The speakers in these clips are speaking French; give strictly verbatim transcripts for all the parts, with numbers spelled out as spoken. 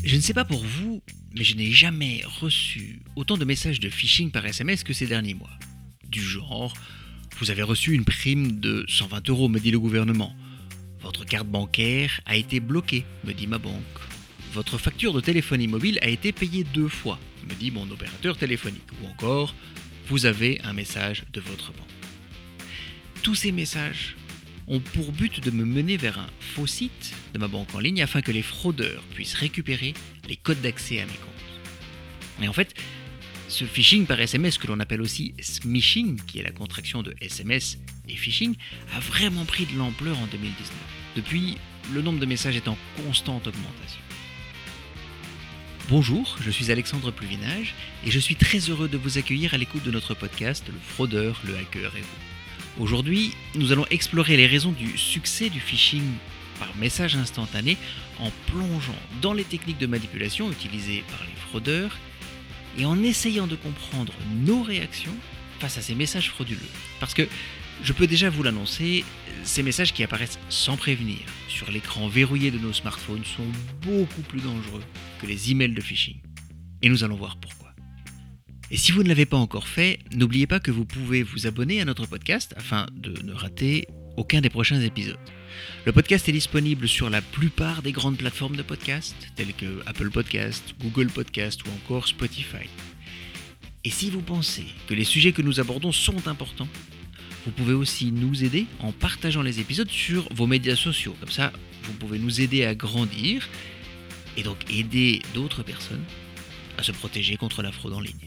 Je ne sais pas pour vous, mais je n'ai jamais reçu autant de messages de phishing par S M S que ces derniers mois. Du genre, vous avez reçu une prime de cent vingt euros, me dit le gouvernement. Votre carte bancaire a été bloquée, me dit ma banque. Votre facture de téléphonie mobile a été payée deux fois, me dit mon opérateur téléphonique. Ou encore, vous avez un message de votre banque. Tous ces messages ont pour but de me mener vers un faux site de ma banque en ligne afin que les fraudeurs puissent récupérer les codes d'accès à mes comptes. Et en fait, ce phishing par S M S, que l'on appelle aussi smishing, qui est la contraction de S M S et phishing, a vraiment pris de l'ampleur en deux mille dix-neuf. Depuis, le nombre de messages est en constante augmentation. Bonjour, je suis Alexandre Pluvinage et je suis très heureux de vous accueillir à l'écoute de notre podcast Le Fraudeur, le Hacker et vous. Aujourd'hui, nous allons explorer les raisons du succès du phishing par message instantané en plongeant dans les techniques de manipulation utilisées par les fraudeurs et en essayant de comprendre nos réactions face à ces messages frauduleux. Parce que, je peux déjà vous l'annoncer, ces messages qui apparaissent sans prévenir sur l'écran verrouillé de nos smartphones sont beaucoup plus dangereux que les emails de phishing. Et nous allons voir pourquoi. Et si vous ne l'avez pas encore fait, n'oubliez pas que vous pouvez vous abonner à notre podcast afin de ne rater aucun des prochains épisodes. Le podcast est disponible sur la plupart des grandes plateformes de podcast, telles que Apple Podcast, Google Podcast ou encore Spotify. Et si vous pensez que les sujets que nous abordons sont importants, vous pouvez aussi nous aider en partageant les épisodes sur vos médias sociaux. Comme ça, vous pouvez nous aider à grandir et donc aider d'autres personnes à se protéger contre la fraude en ligne.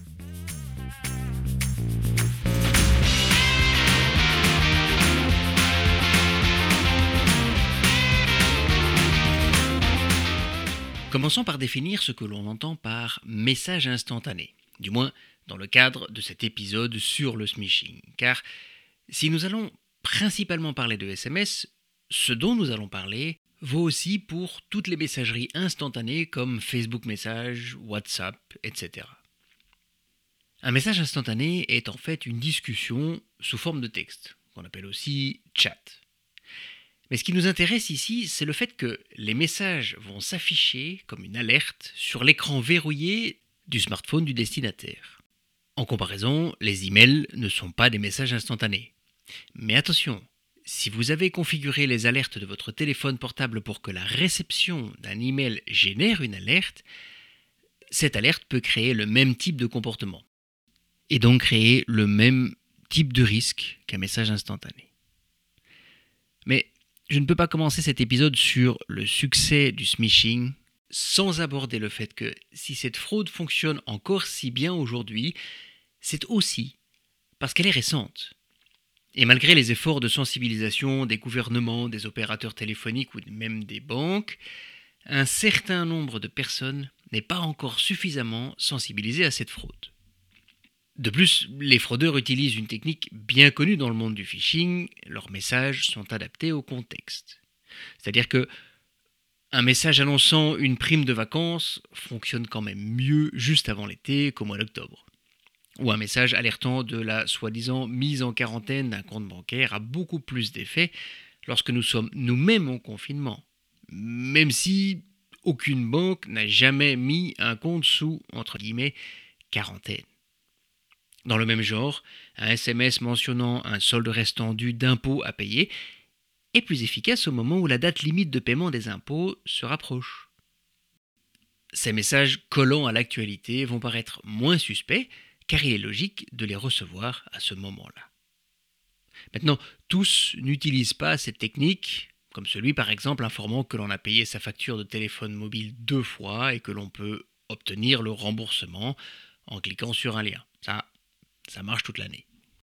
Commençons par définir ce que l'on entend par message instantané, du moins dans le cadre de cet épisode sur le smishing. Car si nous allons principalement parler de S M S, ce dont nous allons parler vaut aussi pour toutes les messageries instantanées comme Facebook Message, WhatsApp, et cetera. Un message instantané est en fait une discussion sous forme de texte, qu'on appelle aussi chat. Mais ce qui nous intéresse ici, c'est le fait que les messages vont s'afficher comme une alerte sur l'écran verrouillé du smartphone du destinataire. En comparaison, les emails ne sont pas des messages instantanés. Mais attention, si vous avez configuré les alertes de votre téléphone portable pour que la réception d'un email génère une alerte, cette alerte peut créer le même type de comportement et donc créer le même type de risque qu'un message instantané. Mais je ne peux pas commencer cet épisode sur le succès du smishing sans aborder le fait que si cette fraude fonctionne encore si bien aujourd'hui, c'est aussi parce qu'elle est récente. Et malgré les efforts de sensibilisation des gouvernements, des opérateurs téléphoniques ou même des banques, un certain nombre de personnes n'est pas encore suffisamment sensibilisé à cette fraude. De plus, les fraudeurs utilisent une technique bien connue dans le monde du phishing, leurs messages sont adaptés au contexte. C'est-à-dire que un message annonçant une prime de vacances fonctionne quand même mieux juste avant l'été qu'au mois d'octobre. Ou un message alertant de la soi-disant mise en quarantaine d'un compte bancaire a beaucoup plus d'effet lorsque nous sommes nous-mêmes en confinement, même si aucune banque n'a jamais mis un compte sous, entre guillemets, quarantaine. Dans le même genre, un S M S mentionnant un solde restant dû d'impôts à payer est plus efficace au moment où la date limite de paiement des impôts se rapproche. Ces messages collant à l'actualité vont paraître moins suspects car il est logique de les recevoir à ce moment-là. Maintenant, tous n'utilisent pas cette technique, comme celui par exemple informant que l'on a payé sa facture de téléphone mobile deux fois et que l'on peut obtenir le remboursement en cliquant sur un lien. Ça, ça marche toute l'année.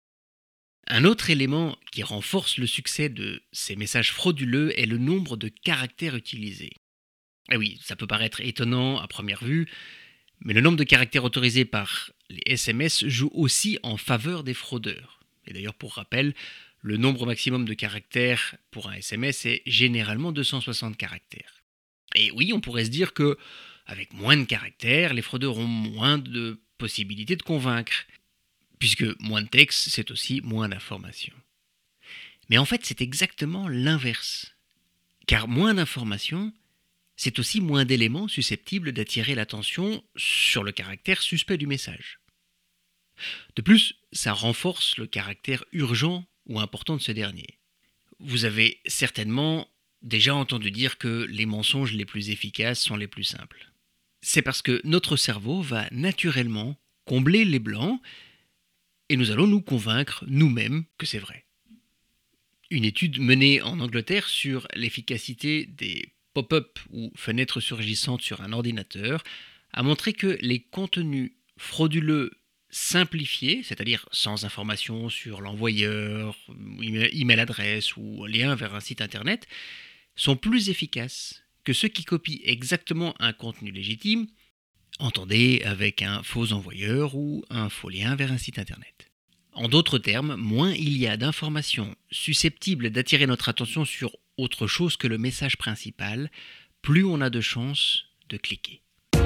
Un autre élément qui renforce le succès de ces messages frauduleux est le nombre de caractères utilisés. Et oui, ça peut paraître étonnant à première vue, mais le nombre de caractères autorisés par les S M S joue aussi en faveur des fraudeurs. Et d'ailleurs, pour rappel, le nombre maximum de caractères pour un S M S est généralement deux cent soixante caractères. Et oui, on pourrait se dire que, avec moins de caractères, les fraudeurs ont moins de possibilités de convaincre, puisque moins de texte, c'est aussi moins d'informations. Mais en fait, c'est exactement l'inverse. Car moins d'informations, c'est aussi moins d'éléments susceptibles d'attirer l'attention sur le caractère suspect du message. De plus, ça renforce le caractère urgent ou important de ce dernier. Vous avez certainement déjà entendu dire que les mensonges les plus efficaces sont les plus simples. C'est parce que notre cerveau va naturellement combler les blancs et nous allons nous convaincre nous-mêmes que c'est vrai. Une étude menée en Angleterre sur l'efficacité des pop-up ou fenêtres surgissantes sur un ordinateur a montré que les contenus frauduleux simplifiés, c'est-à-dire sans information sur l'envoyeur, email adresse ou lien vers un site internet, sont plus efficaces que ceux qui copient exactement un contenu légitime, entendez avec un faux envoyeur ou un faux lien vers un site internet. En d'autres termes, moins il y a d'informations susceptibles d'attirer notre attention sur autre chose que le message principal, plus on a de chances de cliquer.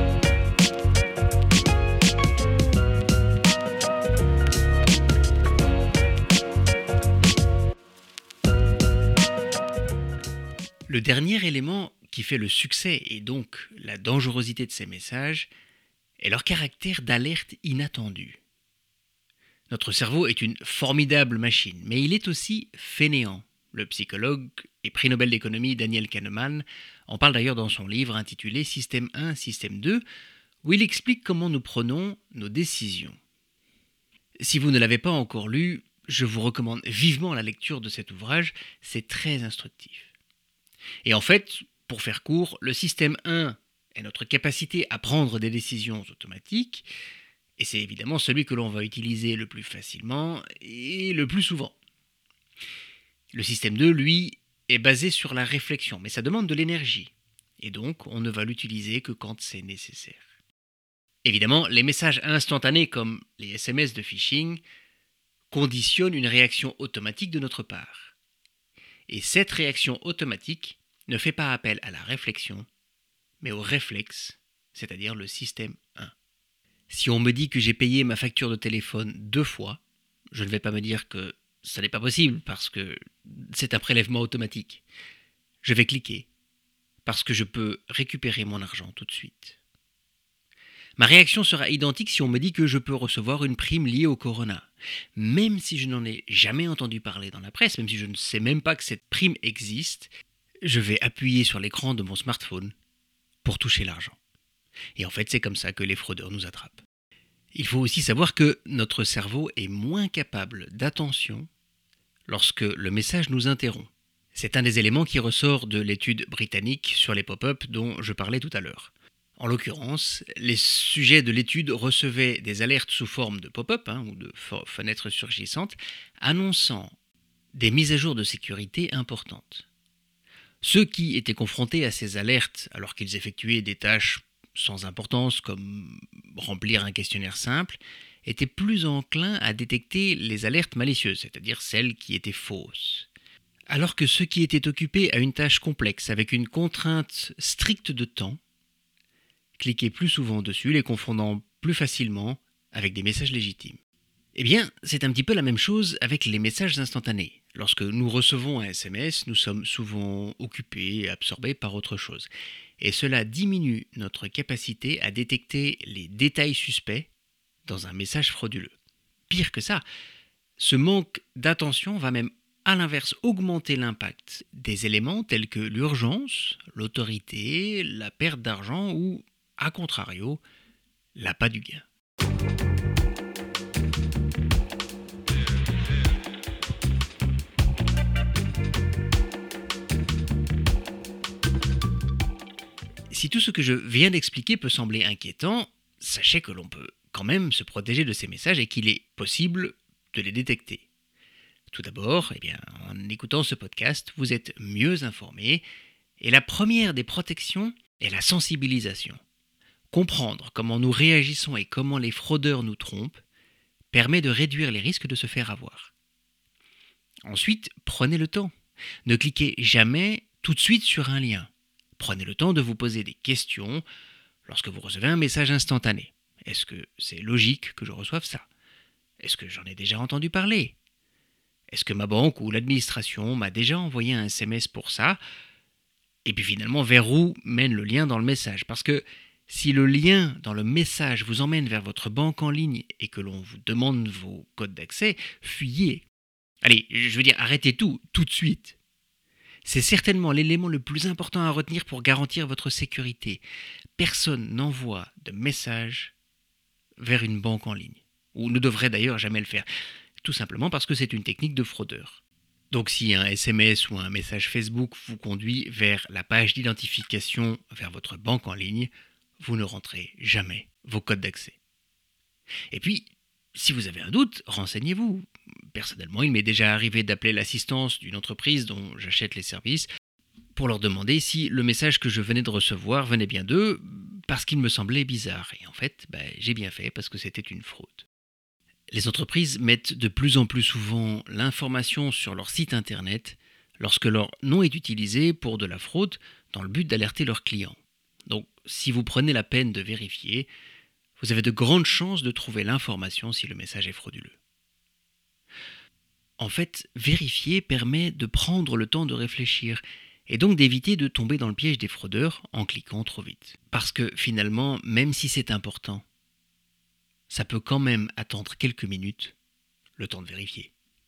Le dernier élément qui fait le succès et donc la dangerosité de ces messages est leur caractère d'alerte inattendue. Notre cerveau est une formidable machine, mais il est aussi fainéant. Le psychologue et prix Nobel d'économie Daniel Kahneman en parle d'ailleurs dans son livre intitulé Système un, Système deux, où il explique comment nous prenons nos décisions. Si vous ne l'avez pas encore lu, je vous recommande vivement la lecture de cet ouvrage, c'est très instructif. Et en fait, pour faire court, le système un est notre capacité à prendre des décisions automatiques, et c'est évidemment celui que l'on va utiliser le plus facilement et le plus souvent. Le système deux, lui, est basé sur la réflexion, mais ça demande de l'énergie, et donc on ne va l'utiliser que quand c'est nécessaire. Évidemment, les messages instantanés comme les S M S de phishing conditionnent une réaction automatique de notre part. Et cette réaction automatique ne fait pas appel à la réflexion, mais au réflexe, c'est-à-dire le système un. Si on me dit que j'ai payé ma facture de téléphone deux fois, je ne vais pas me dire que ça n'est pas possible parce que c'est un prélèvement automatique. Je vais cliquer parce que je peux récupérer mon argent tout de suite. Ma réaction sera identique si on me dit que je peux recevoir une prime liée au corona. Même si je n'en ai jamais entendu parler dans la presse, même si je ne sais même pas que cette prime existe, je vais appuyer sur l'écran de mon smartphone pour toucher l'argent. Et en fait, c'est comme ça que les fraudeurs nous attrapent. Il faut aussi savoir que notre cerveau est moins capable d'attention lorsque le message nous interrompt. C'est un des éléments qui ressort de l'étude britannique sur les pop-up dont je parlais tout à l'heure. En l'occurrence, les sujets de l'étude recevaient des alertes sous forme de pop-up hein, ou de fenêtres surgissantes annonçant des mises à jour de sécurité importantes. Ceux qui étaient confrontés à ces alertes alors qu'ils effectuaient des tâches sans importance comme remplir un questionnaire simple étaient plus enclins à détecter les alertes malicieuses, c'est-à-dire celles qui étaient fausses. Alors que ceux qui étaient occupés à une tâche complexe avec une contrainte stricte de temps cliquaient plus souvent dessus, les confondant plus facilement avec des messages légitimes. Eh bien, c'est un petit peu la même chose avec les messages instantanés. Lorsque nous recevons un S M S, nous sommes souvent occupés et absorbés par autre chose. Et cela diminue notre capacité à détecter les détails suspects dans un message frauduleux. Pire que ça, ce manque d'attention va même à l'inverse augmenter l'impact des éléments tels que l'urgence, l'autorité, la perte d'argent ou, à contrario, l'appât du gain. Si tout ce que je viens d'expliquer peut sembler inquiétant, sachez que l'on peut quand même se protéger de ces messages et qu'il est possible de les détecter. Tout d'abord, eh bien, en écoutant ce podcast, vous êtes mieux informé et la première des protections est la sensibilisation. Comprendre comment nous réagissons et comment les fraudeurs nous trompent permet de réduire les risques de se faire avoir. Ensuite, prenez le temps. Ne cliquez jamais tout de suite sur un lien. Prenez le temps de vous poser des questions lorsque vous recevez un message instantané. Est-ce que c'est logique que je reçoive ça ? Est-ce que j'en ai déjà entendu parler ? Est-ce que ma banque ou l'administration m'a déjà envoyé un S M S pour ça ? Et puis finalement, vers où mène le lien dans le message? Parce que si le lien dans le message vous emmène vers votre banque en ligne et que l'on vous demande vos codes d'accès, fuyez. Allez, je veux dire, arrêtez tout, tout de suite. C'est certainement l'élément le plus important à retenir pour garantir votre sécurité. Personne n'envoie de message vers une banque en ligne, ou ne devrait d'ailleurs jamais le faire, tout simplement parce que c'est une technique de fraudeur. Donc si un S M S ou un message Facebook vous conduit vers la page d'identification vers votre banque en ligne, vous ne rentrez jamais vos codes d'accès. Et puis, si vous avez un doute, renseignez-vous. Personnellement, il m'est déjà arrivé d'appeler l'assistance d'une entreprise dont j'achète les services pour leur demander si le message que je venais de recevoir venait bien d'eux, parce qu'il me semblait bizarre. Et en fait, ben, j'ai bien fait parce que c'était une fraude. Les entreprises mettent de plus en plus souvent l'information sur leur site internet lorsque leur nom est utilisé pour de la fraude dans le but d'alerter leurs clients. Donc, si vous prenez la peine de vérifier, vous avez de grandes chances de trouver l'information si le message est frauduleux. En fait, vérifier permet de prendre le temps de réfléchir et donc d'éviter de tomber dans le piège des fraudeurs en cliquant trop vite. Parce que finalement, même si c'est important, ça peut quand même attendre quelques minutes, le temps de vérifier.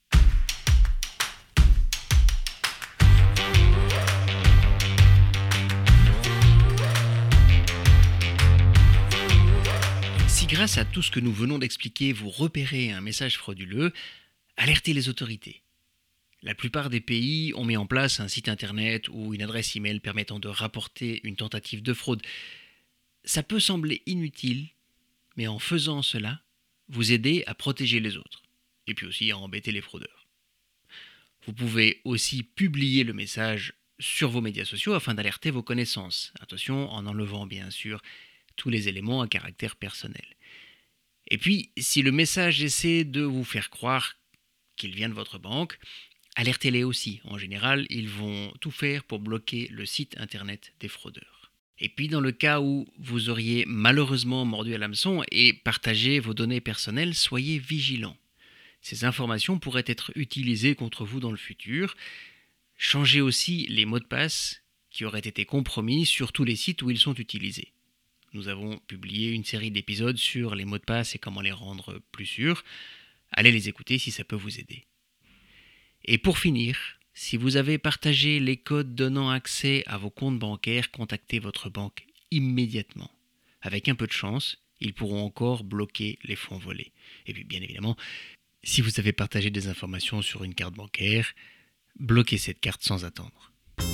Si grâce à tout ce que nous venons d'expliquer, vous repérez un message frauduleux, alertez les autorités. La plupart des pays ont mis en place un site internet ou une adresse email permettant de rapporter une tentative de fraude. Ça peut sembler inutile, mais en faisant cela, vous aidez à protéger les autres, et puis aussi à embêter les fraudeurs. Vous pouvez aussi publier le message sur vos médias sociaux afin d'alerter vos connaissances. Attention, en enlevant bien sûr tous les éléments à caractère personnel. Et puis, si le message essaie de vous faire croire qu'il vient de votre banque, alertez-les aussi. En général, ils vont tout faire pour bloquer le site internet des fraudeurs. Et puis, dans le cas où vous auriez malheureusement mordu à l'hameçon et partagé vos données personnelles, soyez vigilants. Ces informations pourraient être utilisées contre vous dans le futur. Changez aussi les mots de passe qui auraient été compromis sur tous les sites où ils sont utilisés. Nous avons publié une série d'épisodes sur les mots de passe et comment les rendre plus sûrs. Allez les écouter si ça peut vous aider. Et pour finir, si vous avez partagé les codes donnant accès à vos comptes bancaires, contactez votre banque immédiatement. Avec un peu de chance, ils pourront encore bloquer les fonds volés. Et puis bien évidemment, si vous avez partagé des informations sur une carte bancaire, bloquez cette carte sans attendre.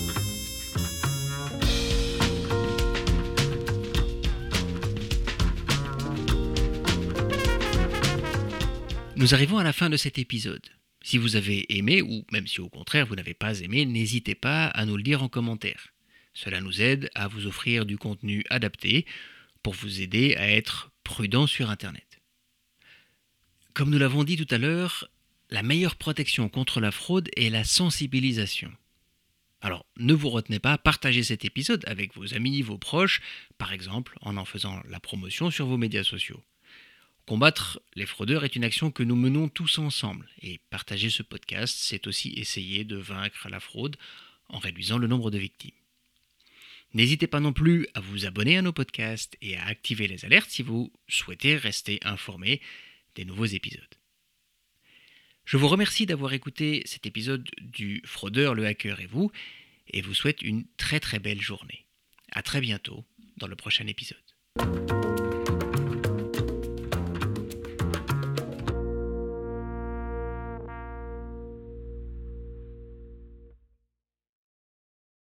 Nous arrivons à la fin de cet épisode. Si vous avez aimé, ou même si au contraire vous n'avez pas aimé, n'hésitez pas à nous le dire en commentaire. Cela nous aide à vous offrir du contenu adapté pour vous aider à être prudent sur Internet. Comme nous l'avons dit tout à l'heure, la meilleure protection contre la fraude est la sensibilisation. Alors, ne vous retenez pas, partagez cet épisode avec vos amis, vos proches, par exemple en en faisant la promotion sur vos médias sociaux. Combattre les fraudeurs est une action que nous menons tous ensemble, et partager ce podcast, c'est aussi essayer de vaincre la fraude en réduisant le nombre de victimes. N'hésitez pas non plus à vous abonner à nos podcasts et à activer les alertes si vous souhaitez rester informé des nouveaux épisodes. Je vous remercie d'avoir écouté cet épisode du Fraudeur, le hacker et vous, et vous souhaite une très très belle journée. À très bientôt dans le prochain épisode.